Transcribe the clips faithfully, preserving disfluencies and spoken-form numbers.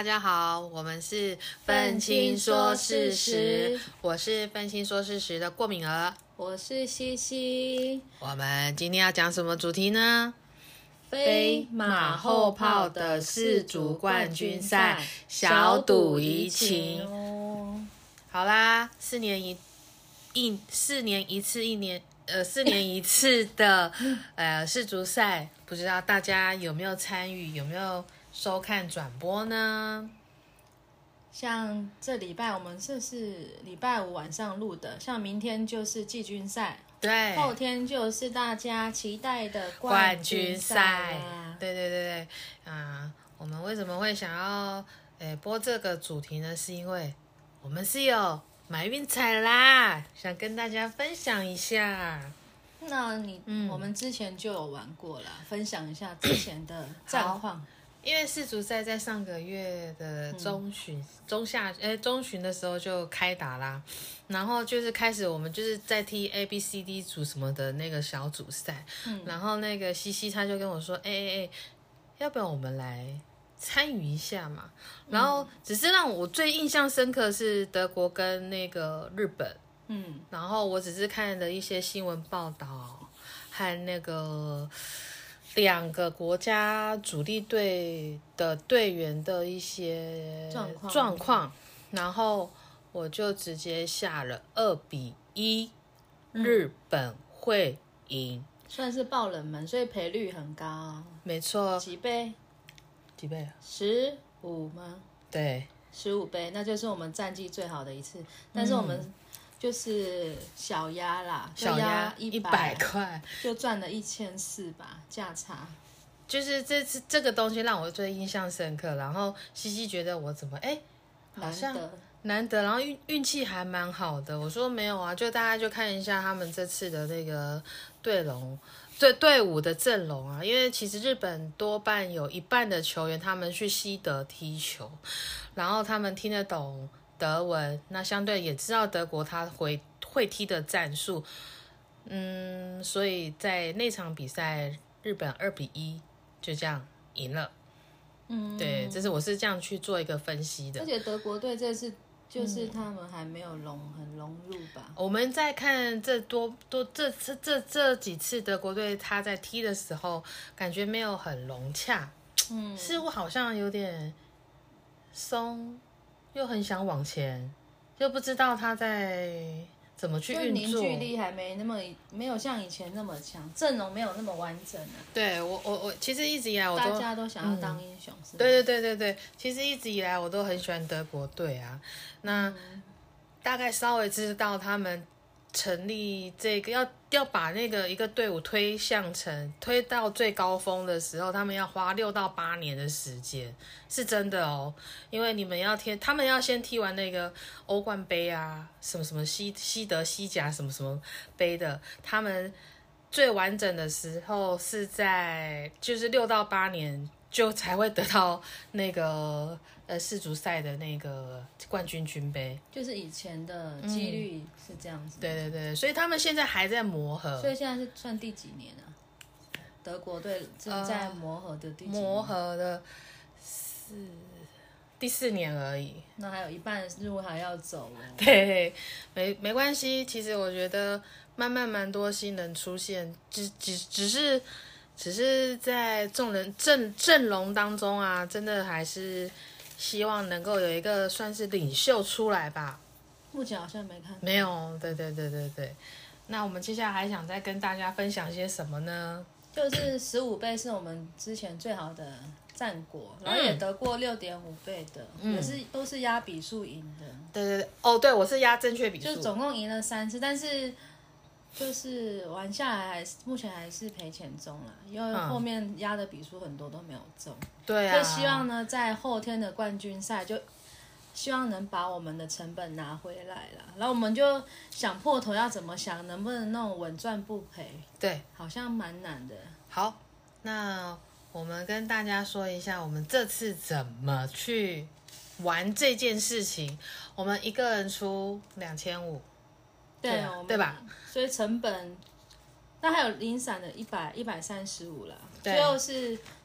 大家好，我们是愤青说事实，我是愤青说事实的过敏儿， 我是西西。 我们今天要讲什么主题呢？ 飞马后炮的世足冠军赛，小赌怡情哦。 好啦，四年一一四年一次，一年呃四年一次的呃世足赛，不知道大家有没有参与，有没有收看转播呢？ 像这礼拜我们这是礼拜五晚上录的，像明天就是季军赛， 对， 后天就是大家期待的冠军赛啦。对对对对，啊、呃，我们为什么会想要诶播这个主题呢？是因为我们是有买运彩啦，想跟大家分享一下。 那你、嗯、我们之前就有玩过啦，分享一下之前的战况。 因为世足赛在上个月的中旬、嗯、中下诶中旬的时候就开打啦，然后就是开始我们就是在踢 A B C D 组什么的那个小组赛，嗯，然后那个西西他就跟我说，哎哎哎，要不要我们来参与一下嘛？然后只是让我最印象深刻是德国跟那个日本，嗯，然后我只是看了一些新闻报道和那个两个国家主力队的队员的一些状况，然后我就直接下了二比一，日本会赢， 算是爆冷门，所以赔率很高。 没错， 几倍？ 几倍啊？ 十五吗？ 对， 十五倍，那就是我们战绩最好的一次。但是我们、嗯。就是小压啦， 小压一百块， 就赚了一千四吧，价差。 就是这次这个东西让我最印象深刻。然后西西觉得我怎么哎，好像难得，难得然后运运气还蛮好的。我说没有啊，就大家就看一下他们这次的那个队容。对队伍的阵容啊，因为其实日本多半有一半的球员他们去西德踢球，然后他们听得懂德文，那相对也知道德国他会会踢的战术，嗯，所以在那场比赛，日本二比一就这样赢了。嗯，对，这是我是这样去做一个分析的。 而且德国队这次就是他们还没有融很融入吧？ 我们在看这多多这这这这几次德国队他在踢的时候，感觉没有很融洽，嗯，似乎好像有点松。又很想往前，就不知道他在怎么去运作， 凝聚力还没那么没有像以前那么强，阵容没有那么完整啊。 对我我我其实一直以来我都大家都想要当英雄，嗯、是对对对对对，其实一直以来我都很喜欢德国队啊。那、嗯、大概稍微知道他们成立这个要要把那个一个队伍推向成推到最高峰的时候，他们要花六到八年的时间，是真的哦。因为你们要踢，他们要先踢完那个欧冠杯啊，什么什么西西德西甲什么什么杯的，他们最完整的时候是在就是六到八年就才会得到那个呃世足赛的那个冠军军杯， 就是以前的几率是这样子、嗯。 对对对，所以他们现在还在磨合。 所以现在是算第几年啊？德国队正在磨合的第几年？ 呃、磨合的是第四年而已。 那还有一半路还要走哦。 对，没没关系。其实我觉得慢慢蛮多新人出现，只只只是。只是在众人阵阵容当中啊，真的还是希望能够有一个算是领袖出来吧。 目前好像没看到。 没有，对对对对对。那我们接下来还想再跟大家分享些什么呢？ 就是十五倍是我们之前最好的战果，然后也得过六点五倍的，嗯、也是都是压比数赢的。 对对对，哦，对我是压正确比数， 就总共赢了三次，但是。就是玩下来还是目前还是赔钱中啦，因为后面压的比数很多都没有中。 对啊， 就希望呢，在后天的冠军赛，就希望能把我们的成本拿回来啦。然后我们就想破头要怎么想，能不能那种稳赚不赔？ 对， 好像蛮难的。 好，那我们跟大家说一下，我们这次怎么去玩这件事情。我们一个人出两千五。 对、啊、 对吧？ 所以成本，那还有零散的一百一百三十五了，最后是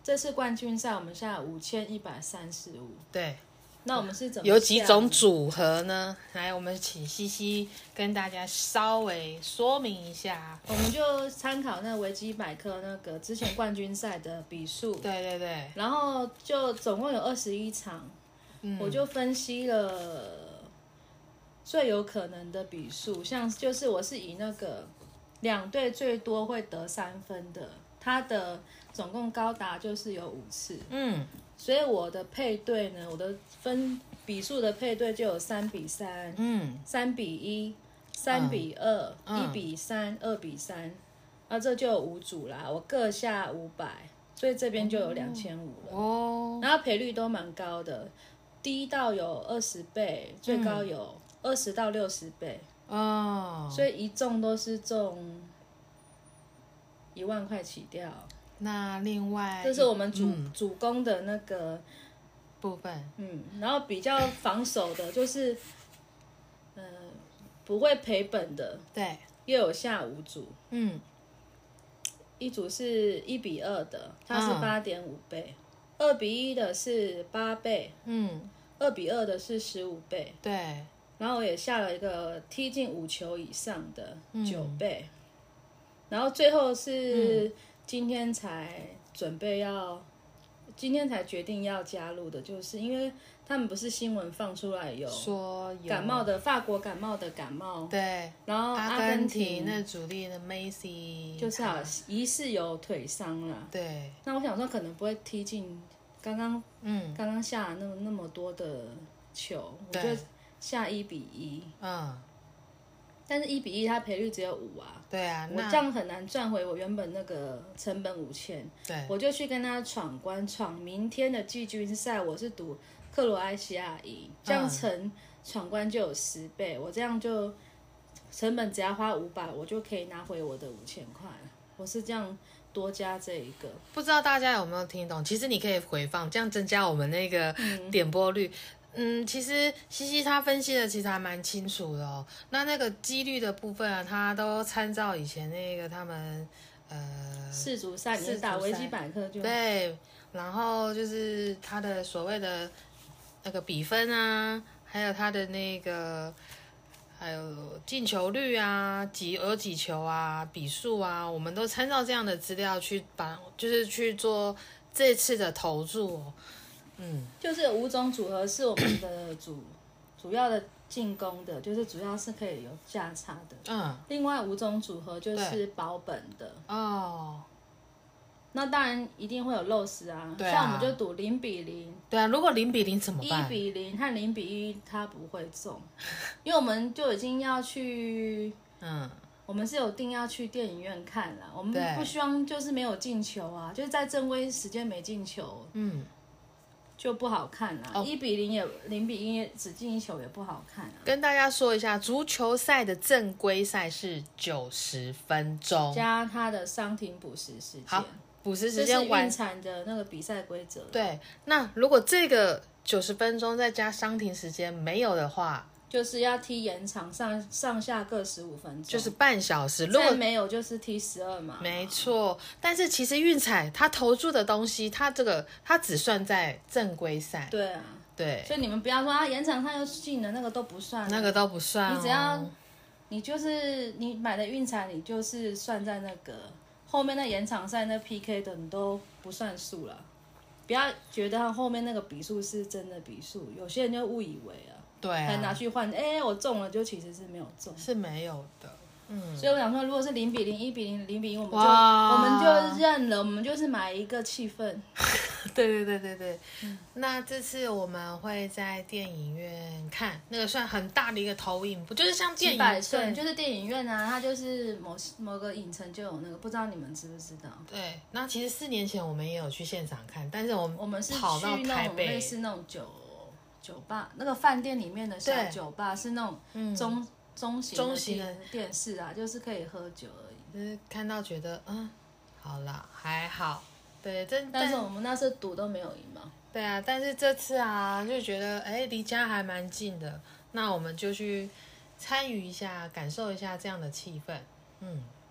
这次冠军赛我们下五千一百三十五。 对。 那我们是怎么有几种组合呢？来，我们请西西跟大家稍微说明一下。 我们就参考那维基百科那个之前冠军赛的比数， 对对对， 然后就总共有二十一场， 嗯、 我就分析了最有可能的比数，像就是我是以那个两队最多会得三分的，它的总共高达就是有五次， 嗯。 所以我的配对呢，我的分比数的配对就有三比三， 嗯， 三比一，三比二， 嗯， 一比三，二比三，啊，这就有五组啦，我各下五百，所以这边就有两千五了。 哦， 然后赔率都蛮高的，低到有二十倍，最高有二十到六十倍。 哦， 所以一中都是中一万块起跳。 那另外， 这是我们主、 嗯、 主攻的那个部分， 嗯，然后比较防守的就是，呃，不会赔本的， 对， 又有下五组， 嗯， 一组是一比二的，它是八点五倍，二、嗯、比一的是八倍， 嗯， 二比二的是十五倍， 对， 然后我也下了一个踢进五球以上的九倍，嗯、然后最后是。嗯今天才准备要，今天才决定要加入的，就是因为他们不是新闻放出来有说有感冒的法国感冒的感冒， 对， 然后阿根廷那主力的梅西就是好疑似有腿伤啦， 对， 那我想说可能不会踢进刚刚嗯刚刚下了那么那么多的球，我就下一比一，嗯。但是一比一，它赔率只有五啊。 对啊， 我这样很难赚回我原本那个成本五千。 对， 我就去跟他闯关，闯明天的季军赛。我是赌克罗埃西亚赢，这样乘闯关就有十倍。我这样就成本只要花五百，我就可以拿回我的五千块。我是这样多加这一个。 不知道大家有没有听懂？其实你可以回放，这样增加我们那个点播率。嗯嗯，其实西西他分析的其实还蛮清楚的哦。那那个几率的部分啊，他都参照以前那个他们呃世足赛，你打维基百科就对，然后就是他的所谓的那个比分啊，还有他的那个还有进球率啊，几有几球啊，比数啊，我们都参照这样的资料去把，就是去做这次的投注哦。嗯， 就是有五种组合是我们的主主要的进攻的，就是主要是可以有价差的。嗯，另外五种组合就是保本的。哦，那当然一定会有漏失啊。对啊，像我们就赌零比零。 对啊，如果零比零怎么办？ 一比零和零比一它不会中，因为我们就已经要去，嗯，我们是有定要去电影院看了，我们不希望就是没有进球啊，就是在正规时间没进球，嗯。就不好看啦，一、哦、比零也零比一只进一球也不好看啊。 跟大家说一下，足球赛的正规赛是九十分钟， 加它的伤停补时时间。 好，补时时间完。 这是运彩的那个比赛规则。 对，那如果这个九十分钟再加伤停时间没有的话， 就是要踢延长上上下各十五分钟， 就是半小时。 如果没有，就是踢十二码。 没错，但是其实运彩它投注的东西，它这个它只算在正规赛。 对啊， 对。 所以你们不要说啊，延长上又进了，那个都不算。 那个都不算、哦。 你只要你就是你买的运彩，你就是算在那个后面那延长赛那 P K 的，你都不算数了。不要觉得后面那个比数是真的比数，有些人就误以为啊。 对啊， 还拿去换，哎、欸，我中了，就其实是没有中， 是没有的。嗯， 所以我想说，如果是零比零、一比零、零比一，我们就我们就认了，我们就是买一个气氛。 对对对对对、嗯。那这次我们会在电影院看，那个算很大的一个投影，不就是像电影院？对，就是电影院啊，它就是某某个影城就有那个，不知道你们知不知道？ 对，那其实四年前我们也有去现场看，但是我们我们是跑到台北， 类似那种酒。酒吧那个饭店里面的小酒吧是那种中、嗯、中型的中型的电视啊，就是可以喝酒而已。 就是看到觉得嗯，好啦，还好。对，但但是我们那次赌都没有赢嘛。 对啊，但是这次啊，就觉得哎，离家还蛮近的，那我们就去参与一下，感受一下这样的气氛。嗯，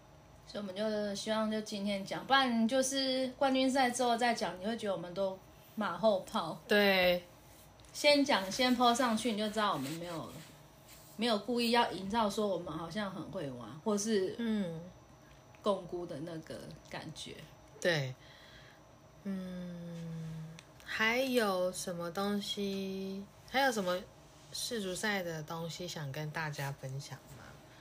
所以我们就希望就今天讲，不然就是冠军赛之后再讲，你会觉得我们都马后炮。 对， 先讲先 po 上去，你就知道我们没有没有故意要营造说我们好像很会玩，或是嗯共估的那个感觉。 对，嗯，还有什么东西？还有什么世足赛的东西想跟大家分享吗？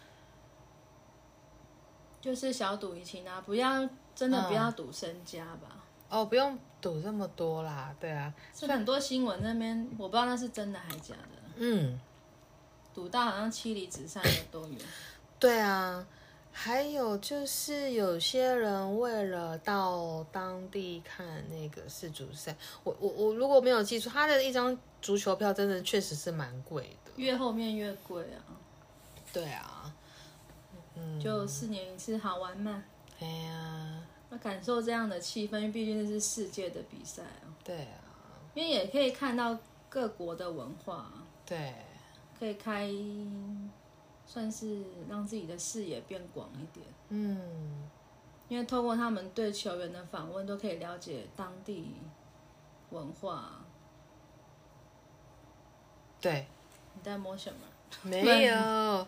就是小赌怡情啊，不要真的不要赌身家吧。嗯、 哦，不用赌这么多啦，对啊。 是很多新闻那边，我不知道那是真的还是假的。嗯，赌到好像妻离子散的都有。 对啊，还有就是有些人为了到当地看那个世足赛，我我我如果没有记错，他的一张足球票真的确实是蛮贵的， 越后面越贵啊。 对啊。 嗯，就四年一次，好玩嘛。 哎呀， 那感受这样的气氛，因为毕竟这是世界的比赛啊。 对啊， 因为也可以看到各国的文化。 对， 可以开，算是让自己的视野变广一点。嗯，因为透过他们对球员的访问，都可以了解当地文化。 对， 你在摸什么？ 没有。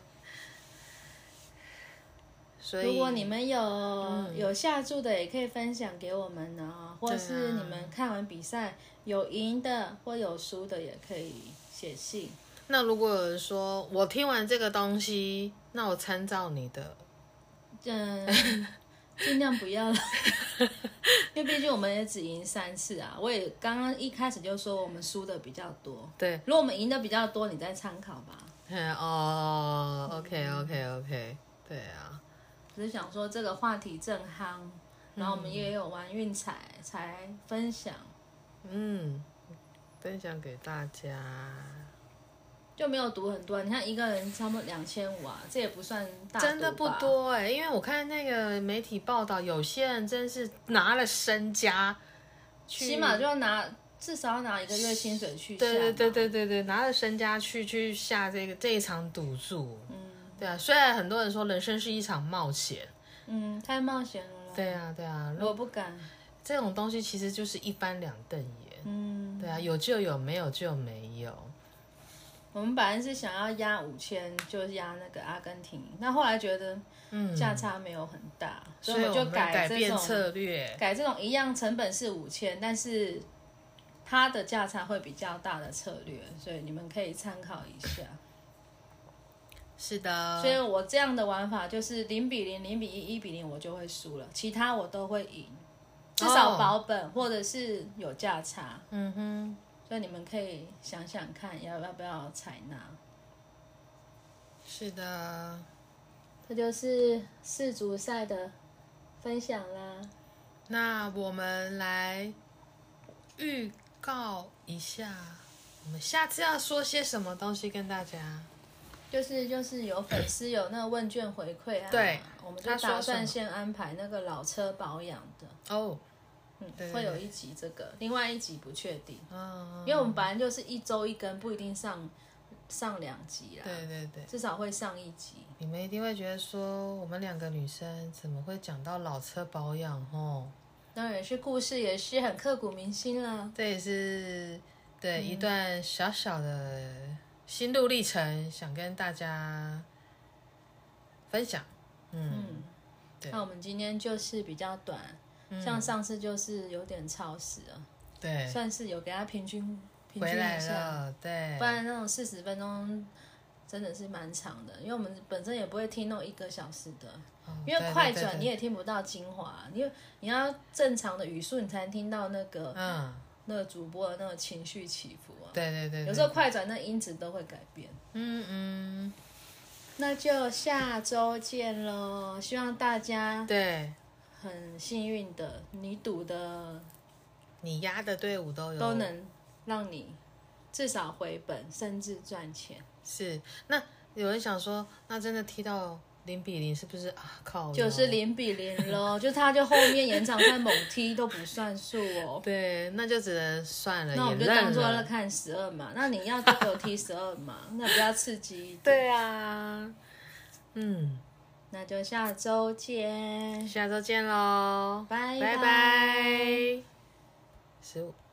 如果你们有、嗯、有下注的，也可以分享给我们呢，或是你们看完比赛有赢的或有输的，也可以写信。 那如果有人说我听完这个东西，那我参照你的， 嗯，尽量不要了，因为毕竟我们也只赢三次啊。我也刚刚一开始就说我们输的比较多， 对。 如果我们赢的比较多，你再参考吧。 嗯哦 ，OK OK OK， 对啊。 只是想说这个话题正夯，然后我们也有玩运彩，才分享， 嗯，分享给大家， 就没有赌很多。你看一个人差不多两千五啊，这也不算大赌吧， 真的不多哎、欸。因为我看那个媒体报道，有些人真是拿了身家去， 起码就要拿至少要拿一个月薪水去下。 对对对对对对，拿了身家去去下这个这一场赌注。嗯。对啊，虽然很多人说人生是一场冒险， 嗯，太冒险了啦。 对啊，对啊， 我不敢。 这种东西其实就是一翻两瞪眼。嗯，对啊，有就有，没有就没有。 我们本来是想要压五千，就压那个阿根廷，那后来觉得，嗯，价差没有很大，嗯、所以我们就改这种策略， 改这种一样成本是五千，但是它的价差会比较大的策略，所以你们可以参考一下。 是的， 所以我这样的玩法就是零比零、零比一、一比零，我就会输了，其他我都会赢，至少保本、哦、或者是有价差。嗯哼，所以你们可以想想看，要要不要采纳。 是的， 这就是世足赛的分享啦。 那我们来预告一下，我们下次要说些什么东西跟大家。 就是就是有粉丝有那个问卷回馈啊， 对， 我们就打算先安排那个老车保养的哦， 嗯，对对对，会有一集这个，另外一集不确定，嗯，因为我们本来就是一周一更，不一定上上两集啦， 对对对， 至少会上一集。 你们一定会觉得说，我们两个女生怎么会讲到老车保养哦？ 当然是故事也是很刻骨铭心了， 这也是对、嗯、一段小小的心路历程，想跟大家分享。嗯， 嗯对。那我们今天就是比较短，嗯、像上次就是有点超时了， 对， 算是有给他平均平均回来一下， 了，对， 不然那种四十分钟真的是蛮长的，因为我们本身也不会听那种一个小时的，哦、因为快转你也听不到精华，你你要正常的语速，你才能听到那个嗯。那个主播的那个情绪起伏啊， 对对 对, 對， 有时候快转那音质都会改变。嗯嗯，那就下周见咯，希望大家对很幸运的，你赌的、 你压的队伍都有都能让你至少回本，甚至赚钱。 是，那有人想说，那真的踢到零比零是不是啊？靠， 就是零比零咯，就他就后面延长赛猛踢都不算数哦。 对，那就只能算了， 那我们就当做了看十二码。那你要给我踢十二码，那比较刺激一点。 对啊，嗯， 那就下周见， 下周见喽， 拜拜拜。十五。